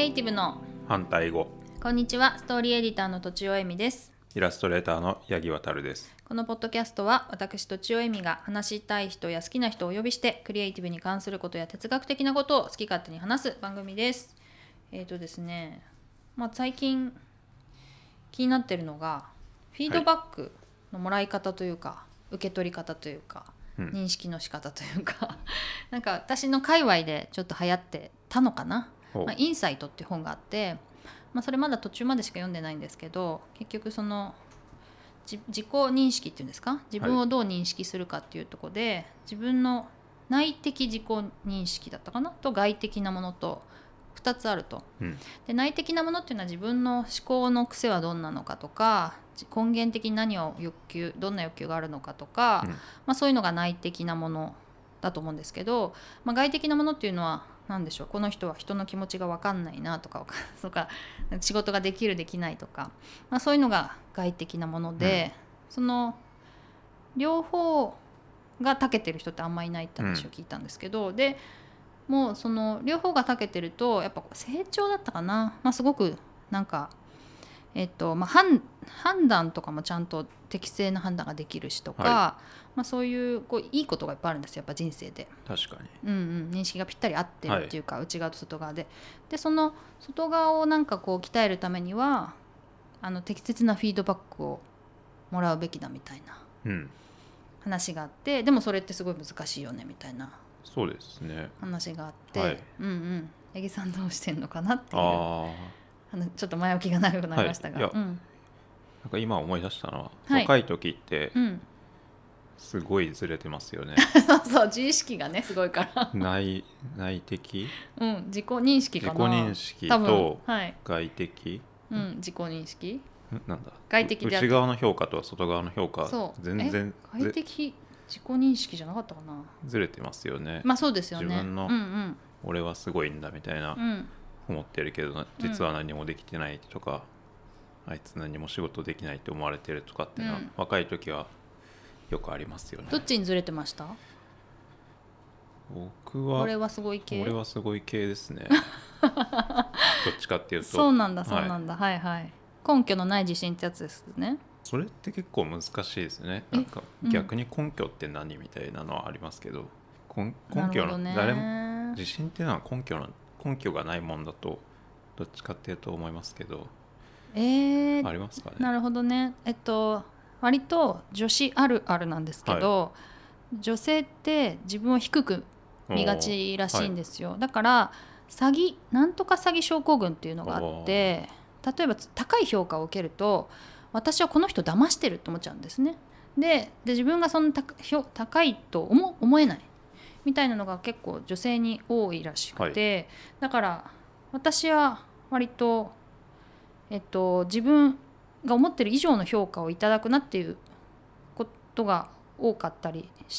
エイティブの反対語。 こんにちは。ストーリーエディターのとちおえみです。 イラストレーターの八木渉です。 このポッドキャストは私とちおえみが話したい人や好きな人をお呼びしてクリエイティブに関することや哲学的なことを好き勝手に話す番組です。ですね、最近気になってるのがフィードバックのもらい方というか、受け取り方というか、認識の仕方というかなんか私の界隈でちょっと流行ってたのかな。インサイトっていう本があって、それまだ途中までしか読んでないんですけど、結局その自己認識っていうんですか、自分をどう認識するかっていうところで、自分の内的自己認識だったかなと外的なものと2つあると、で内的なものっていうのは自分の思考の癖はどんなのかとか、根源的にどんな欲求があるのかとか、そういうのが内的なものだと思うんですけど、外的なものっていうのは何でしょう。この人は人の気持ちが分かんないなとか仕事ができるできないとか、そういうのが外的なもので、その両方が長けてる人ってあんまりいないって話を聞いたんですけど、でもうその両方が長けてるとやっぱ成長だったかな、すごくなんか判断とかもちゃんと適正な判断ができるしとか、そういういいことがいっぱいあるんですよ、やっぱ人生で。 確かに、 認識がぴったり合ってるっていうか、内側と外側でその外側をなんか鍛えるためには適切なフィードバックをもらうべきだみたいな話があって、でもそれってすごい難しいよねみたいなそうですね話があって、八木さんどうしてんのかなっていう、ちょっと前置きが長くなりましたが、 なんか今思い出したのは、若い時ってすごいずれてますよね。 そう自意識がねすごいから内的、 自己認識かな。 自己認識と外的、 自己認識、 なんだ外的で内側の評価と外側の評価、全然外的自己認識じゃなかったかな。 ずれてますよね。 そうですよね。 自分の、俺はすごいんだみたいな、思ってるけど実は何もできてないとか、あいつ何も仕事できないって思われてるとかっていうのは、若い時はよくありますよね。 どっちにずれてました？ 僕は俺はすごい系ですねどっちかっていうと。 そうなんだ、はいはい。根拠のない自信ってやつですね。 それって結構難しいですね。なんか逆に根拠って何みたいなのはありますけど、根拠の、誰も自信っていうのは根拠がないもんだとどっちかっていうと思いますけど、ありますかね。 なるほどね。割と女子あるあるなんですけど、女性って自分を低く見がちらしいんですよ。だからなんとか詐欺症候群っていうのがあって、例えば高い評価を受けると、私はこの人騙してると思っちゃうんですね。で自分がその高いと思えないみたいなのが結構女性に多いらしくて、だから私は割と、自分が思ってる以上の評価をいただくなっていうことが多かったりして、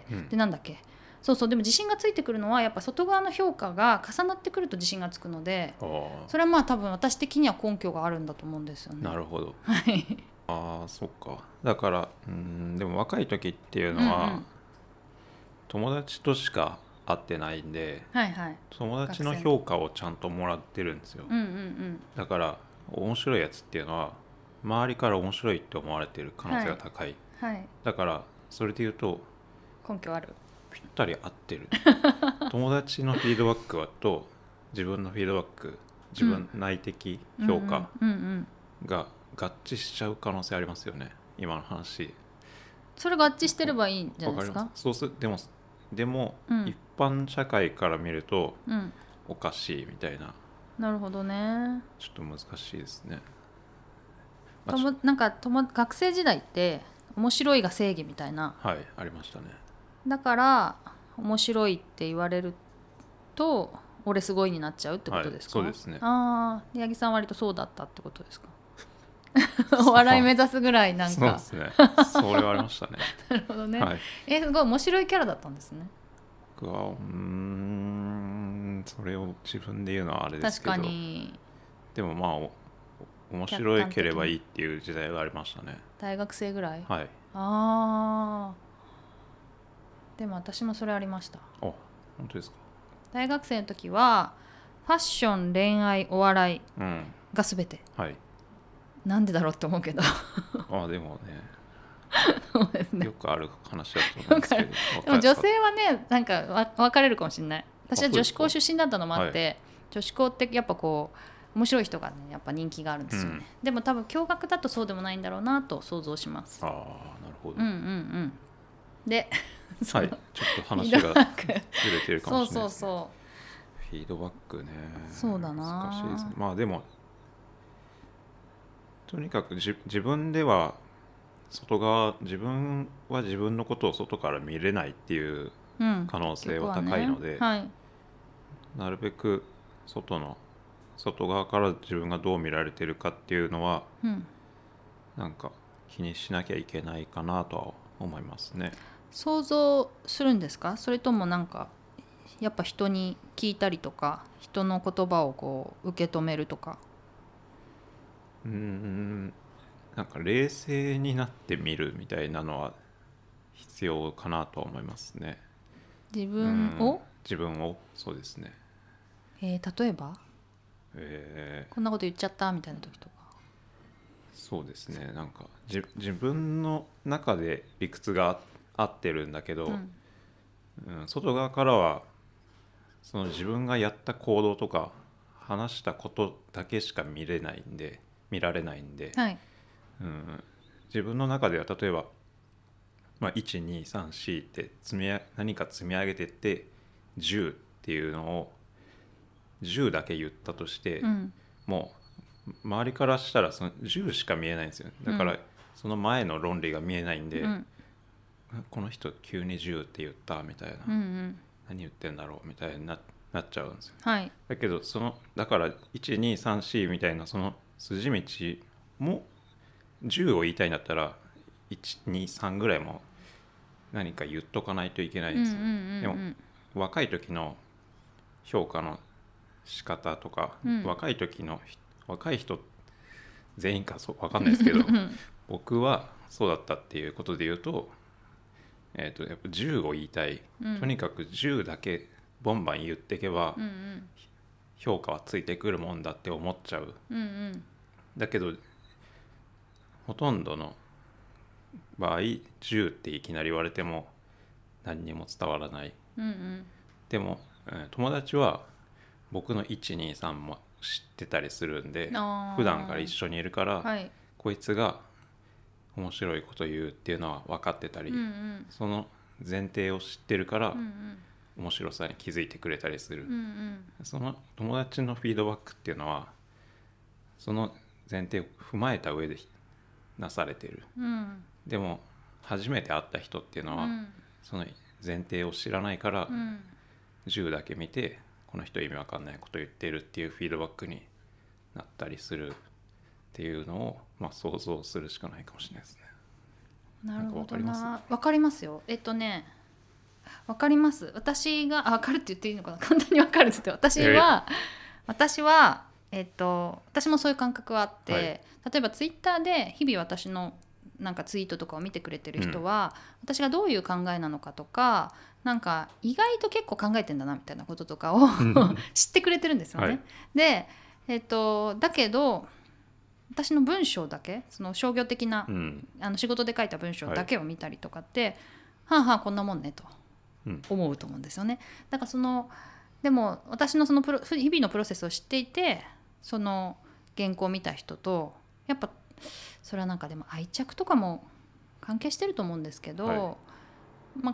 でなんだっけ、でも自信がついてくるのはやっぱ外側の評価が重なってくると自信がつくので、それは多分私的には根拠があるんだと思うんですよね。 なるほど。そっか。だからでも若い時っていうのは、友達としか会ってないんで、友達の評価をちゃんともらってるんですよ。だから面白いやつっていうのは周りから面白いって思われてる可能性が高い、だからそれで言うと根拠ある、 ぴったり合ってる友達のフィードバックと自分のフィードバック、自分内的評価が合致しちゃう可能性ありますよね。今の話それ合致してればいいんじゃないですか。 でも、一般社会から見るとおかしいみたいな。 なるほどね。 ちょっと難しいですね。 なんか学生時代って面白いが正義みたいな、 ありましたね。 だから面白いって言われると俺すごいになっちゃうってことですか。 そうですね。 八木さん割とそうだったってことですかお笑い目指すぐらいなんか。 そうですね、それはありましたねなるほどね、すごい面白いキャラだったんですね。 僕はそれを自分で言うのはあれですけど、 確かに。 でも面白ければいいっていう時代がありましたね。 大学生ぐらい。 はい。 でも私もそれありました。 本当ですか。 大学生の時はファッション、恋愛、お笑いが全て、 はい、 なんでだろうって思うけどでもねそうですね、 よくある話だと思うんですけどでも女性はねなんか分かれるかもしれない。私は女子校出身だったのもあって、はい、女子校ってやっぱこう面白い人がねやっぱ人気があるんですよね、でも多分共学だとそうでもないんだろうなと想像します。 なるほど。 ではい、ちょっと話がずれてるかもしれないですね。そうフィードバックね、 そうだな、 難しいですね。まあでもとにかく自分では自分は自分のことを外から見れないっていう可能性は高いので、はい、なるべく外側から自分がどう見られてるかっていうのは、なんか気にしなきゃいけないかなとは思いますね。 想像するんですか？それともなんかやっぱ人に聞いたりとか人の言葉をこう受け止めるとか。 なんか冷静になってみるみたいなのは必要かなと思いますね。 自分をそうですね。 例えば、こんなこと言っちゃったみたいな時とか。 そうですね、なんか自分の中で理屈が合ってるんだけど、外側からはその自分がやった行動とか話したことだけしか見られないんで、はい、自分の中では例えば、1,2,3,4 って何か積み上げてって10っていうのを10だけ言ったとして、もう周りからしたらその10しか見えないんですよ。だからその前の論理が見えないんで、この人急に10って言ったみたいな、何言ってんだろうみたいに なっちゃうんですよ、はい、だけどだから 1,2,3,4 みたいなその筋道も10を言いたいんだったら 1,2,3 ぐらいも何か言っとかないといけないんですよ。でも若い時の評価の仕方とか、若い人全員か分かんないですけど僕はそうだったっていうことで言うと、やっぱ10を言いたい、とにかく10だけボンバン言っていけば、評価はついてくるもんだって思っちゃう、だけどほとんどの場合10っていきなり言われても何にも伝わらない、でも、友達は僕の 1,2,3 も知ってたりするんで、普段から一緒にいるから、はい、こいつが面白いこと言うっていうのは分かってたり、その前提を知ってるから、面白さに気づいてくれたりする、その友達のフィードバックっていうのはその前提を踏まえた上でなされてる、でも初めて会った人っていうのは、その前提を知らないから、10だけ見てこの人意味わかんないこと言ってるっていうフィードバックになったりするっていうのを、想像するしかないかもしれないですね。 なるほどな。わかりますよ。わかります。私がわかるって言っていいのかな。簡単にわかるって言って私は私もそういう感覚はあって、はい、例えばツイッターで日々私のなんかツイートとかを見てくれてる人は、私がどういう考えなのかとか、なんか意外と結構考えてんだなみたいなこととかを知ってくれてるんですよね、はい、で、だけど私の文章だけ、その商業的な、仕事で書いた文章だけを見たりとかって、はあはあこんなもんねと思うと思うんですよね。だからでも私のその日々のプロセスを知っていて、その原稿を見た人とやっぱそれはなんかでも愛着とかも関係してると思うんですけど、はい、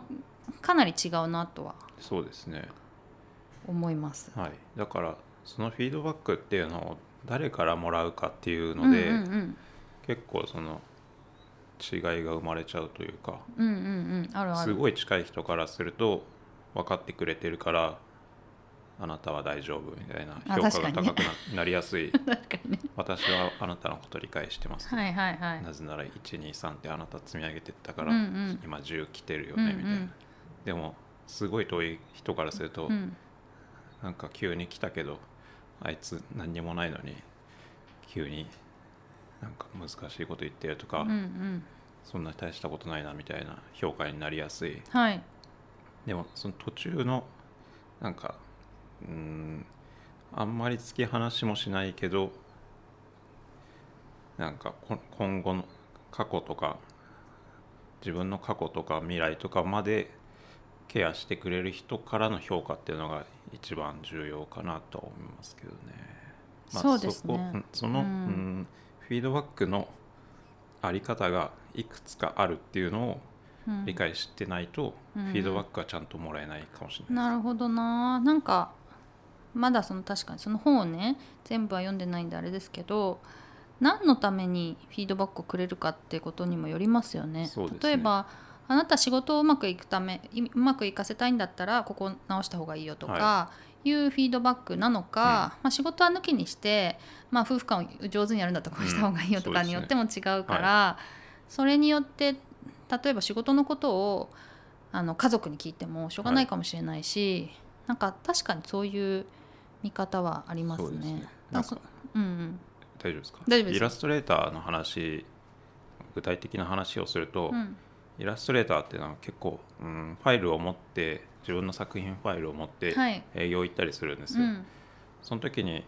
かなり違うなとはそうですね思います、 はい、だからそのフィードバックっていうのを誰からもらうかっていうので、結構その違いが生まれちゃうというか、すごい近い人からすると分かってくれてるからあなたは大丈夫みたいな評価が高く なりやすい私はあなたのこと理解してます、なぜなら 1,2,3 ってあなた積み上げてったから、今10来てるよねみたいな、でもすごい遠い人からすると、なんか急に来たけどあいつ何にもないのに急になんか難しいこと言ってるとか、そんな大したことないなみたいな評価になりやすい、はい、でもその途中のなんかあんまり突き放しもしないけど、なんか今後の過去とか自分の過去とか未来とかまでケアしてくれる人からの評価っていうのが一番重要かなとは思いますけどね。 そうですね。 その、フィードバックのあり方がいくつかあるっていうのを理解してないと、フィードバックはちゃんともらえないかもしれないです。 なるほどな。なんかまだ確かにその本をね全部は読んでないんであれですけど、何のためにフィードバックをくれるかってことにもよりますよね。 そうですね。 例えばあなた仕事をうまくいかせたいんだったらここ直した方がいいよとかいうフィードバックなのか、仕事は抜きにして、夫婦間を上手にやるんだったらこうした方がいいよとかによっても違うから、それによって例えば仕事のことを家族に聞いてもしょうがないかもしれないし、なんか確かにそういう見方はありますね。そうですね。 大丈夫ですか？ 大丈夫です。 イラストレーターの話、具体的な話をすると、イラストレーターっていうのは結構、ファイルを持って自分の作品ファイルを持って営業行ったりするんですよ。その時に、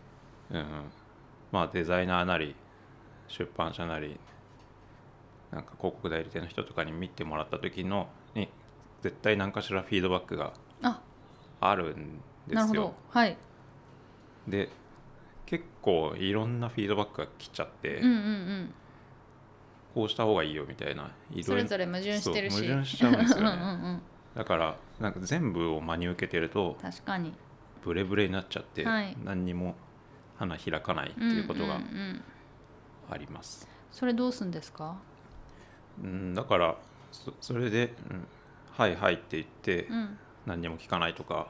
デザイナーなり出版社なりなんか広告代理店の人とかに見てもらった時に絶対何かしらフィードバックがあるんですよ。 なるほど。はい。 で結構いろんなフィードバックが来ちゃって、こうした方がいいよみたいな、 それぞれ矛盾してるし、 矛盾しちゃうんですよね。だからなんか全部を真に受けてると確かにブレブレになっちゃって、何にも花開かないっていうことがあります。 それどうするんですか？ だからそれで、はいはいって言って、何にも聞かないとか、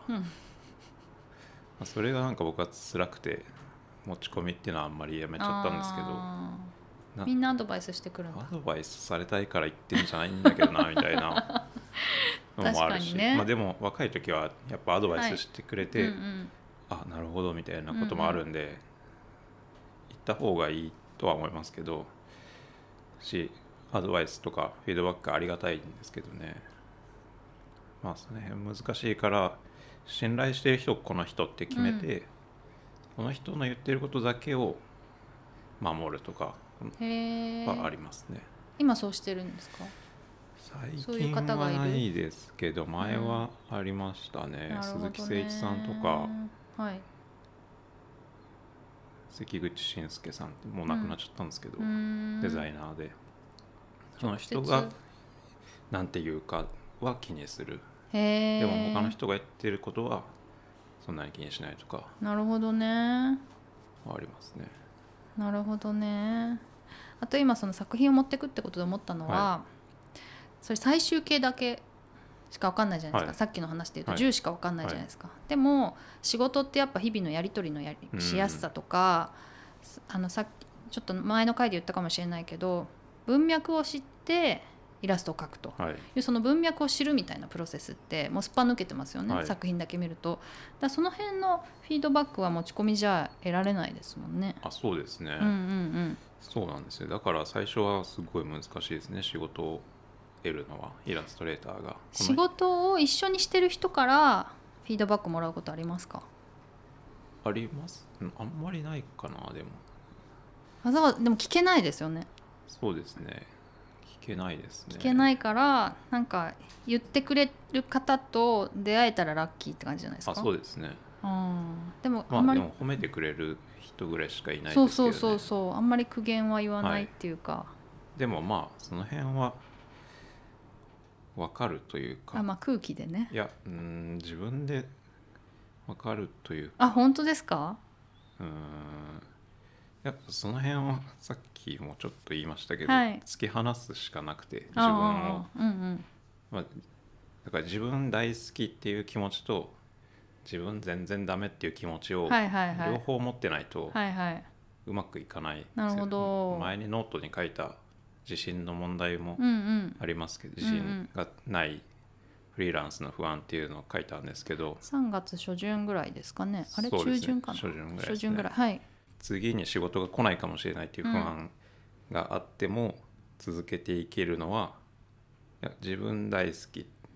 それがなんか僕は辛くて持ち込みっていうのはあんまりやめちゃったんですけど、 みんなアドバイスしてくるんだ。 アドバイスされたいから言ってんじゃないんだけどなみたいなのもあるし、でも若い時はやっぱアドバイスしてくれて、あ、なるほどみたいなこともあるんで、言った方がいいとは思いますけどアドバイスとかフィードバックありがたいんですけどね。その辺難しいから信頼している人この人って決めて、この人の言ってることだけを守るとかはありますね。 今そうしてるんですか？ 最近はないですけど前はありましたね。鈴木誠一さんとか、関口信介さんってもう亡くなっちゃったんですけど、デザイナーでその人がなんていうかは気にする。でも他の人が言ってることはそんなに気にしないとか。 なるほどね。 ありますね。 なるほどね。あと今その作品を持ってくってことで思ったのは、それ最終形だけしか分かんないじゃないですか、さっきの話で言うと10しか分かんないじゃないですか、でも仕事ってやっぱ日々のやり取りのしやすさとか、さっきちょっと前の回で言ったかもしれないけど文脈を知ってイラストを描くという、その文脈を知るみたいなプロセスってもうすっぱ抜けてますよね、作品だけ見ると。だその辺のフィードバックは持ち込みじゃ得られないですもんね。 そうですね、そうなんですよ。だから最初はすごい難しいですね、仕事を得るのは。イラストレーターが仕事を一緒にしてる人からフィードバックもらうことありますか？ あります。あんまりないかな。でも聞けないですよね。 そうですね、聞けないですね。 聞けないからなんか言ってくれる方と出会えたらラッキーって感じじゃないですか。 そうですね。 でもあんまり、でも褒めてくれる人ぐらいしかいないですけどね。 そうあんまり苦言は言わないっていうか、 でもその辺は分かるというか、 空気でね。 いや自分で分かるというか。 本当ですか？ やっぱその辺はさっきもちょっと言いましたけど、突き放すしかなくて、自分を、だから自分大好きっていう気持ちと自分全然ダメっていう気持ちを両方持ってないとうまくいかないですよ。 なるほど。 前にノートに書いた自信の問題もありますけど、自信がないフリーランスの不安っていうのを書いたんですけど、 3月初旬ぐらいですかね。あれ、 そうですね、 中旬かな。 初旬ぐらいですね。 初旬ぐらい、はい。 次に仕事が来ないかもしれないっていう不安があっても続けていけるのは、自分大好き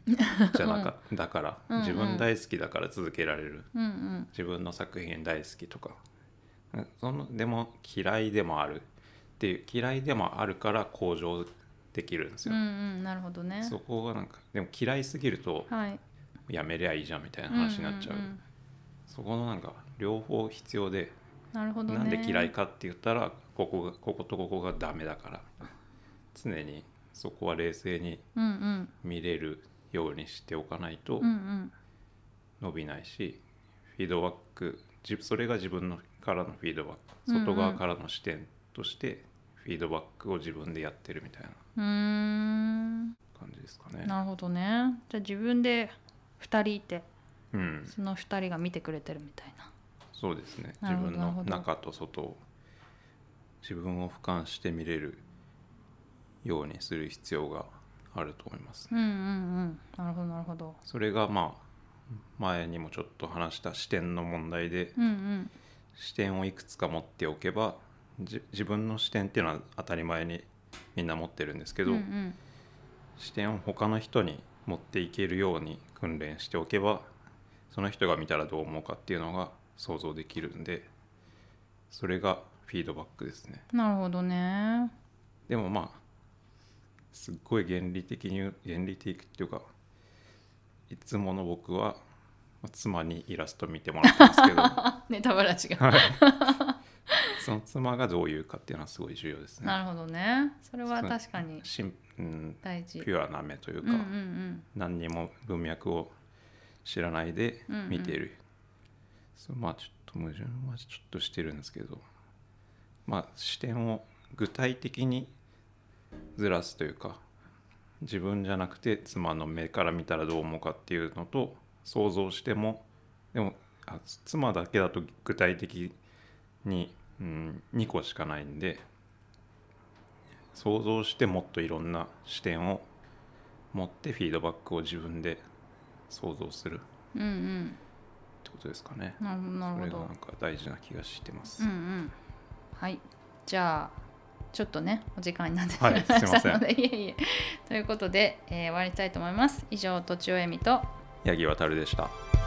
じゃなかだから自分大好きだから続けられる、自分の作品大好きとかでも嫌いでもあるっていう、嫌いでもあるから向上できるんですよ。 なるほどね。 そこがなんかでも嫌いすぎるとやめりゃいいじゃんみたいな話になっちゃう、そこのなんか両方必要で、 なるほどね。 なんで嫌いかって言ったらこことここがダメだから、常にそこは冷静に見れるようにしておかないと伸びないし、フィードバック、それが自分からのフィードバック、外側からの視点としてフィードバックを自分でやってるみたいな感じですかね。 なるほどね。じゃあ自分で2人いて、その2人が見てくれてるみたいな。 そうですね。自分の中と外を自分を俯瞰して見れるようにする必要があると思います、 なるほどなるほど。 それが前にもちょっと話した視点の問題で、視点をいくつか持っておけば、自分の視点っていうのは当たり前にみんな持ってるんですけど、視点を他の人に持っていけるように訓練しておけば、その人が見たらどう思うかっていうのが想像できるんで、それがフィードバックですね。 なるほどね。 でもすっごい原理的っていうか、いつもの僕は妻にイラスト見てもらったんですけどネタバラシがその妻がどういうかっていうのはすごい重要ですね。 なるほどね。それは確かに大事。 ピュアな目というか、何にも文脈を知らないで見ている、ちょっと矛盾はちょっとしてるんですけど、視点を具体的にずらすというか、自分じゃなくて妻の目から見たらどう思うかっていうのと想像しても、でも妻だけだと具体的に、2個しかないんで、想像してもっといろんな視点を持ってフィードバックを自分で想像する、ってことですかね。 なるほど。 それがなんか大事な気がしてます。 はい、じゃあちょっとねお時間になってしまいましたので、いえいえということで、終わりたいと思います。以上、とちおえみと八木渉でした。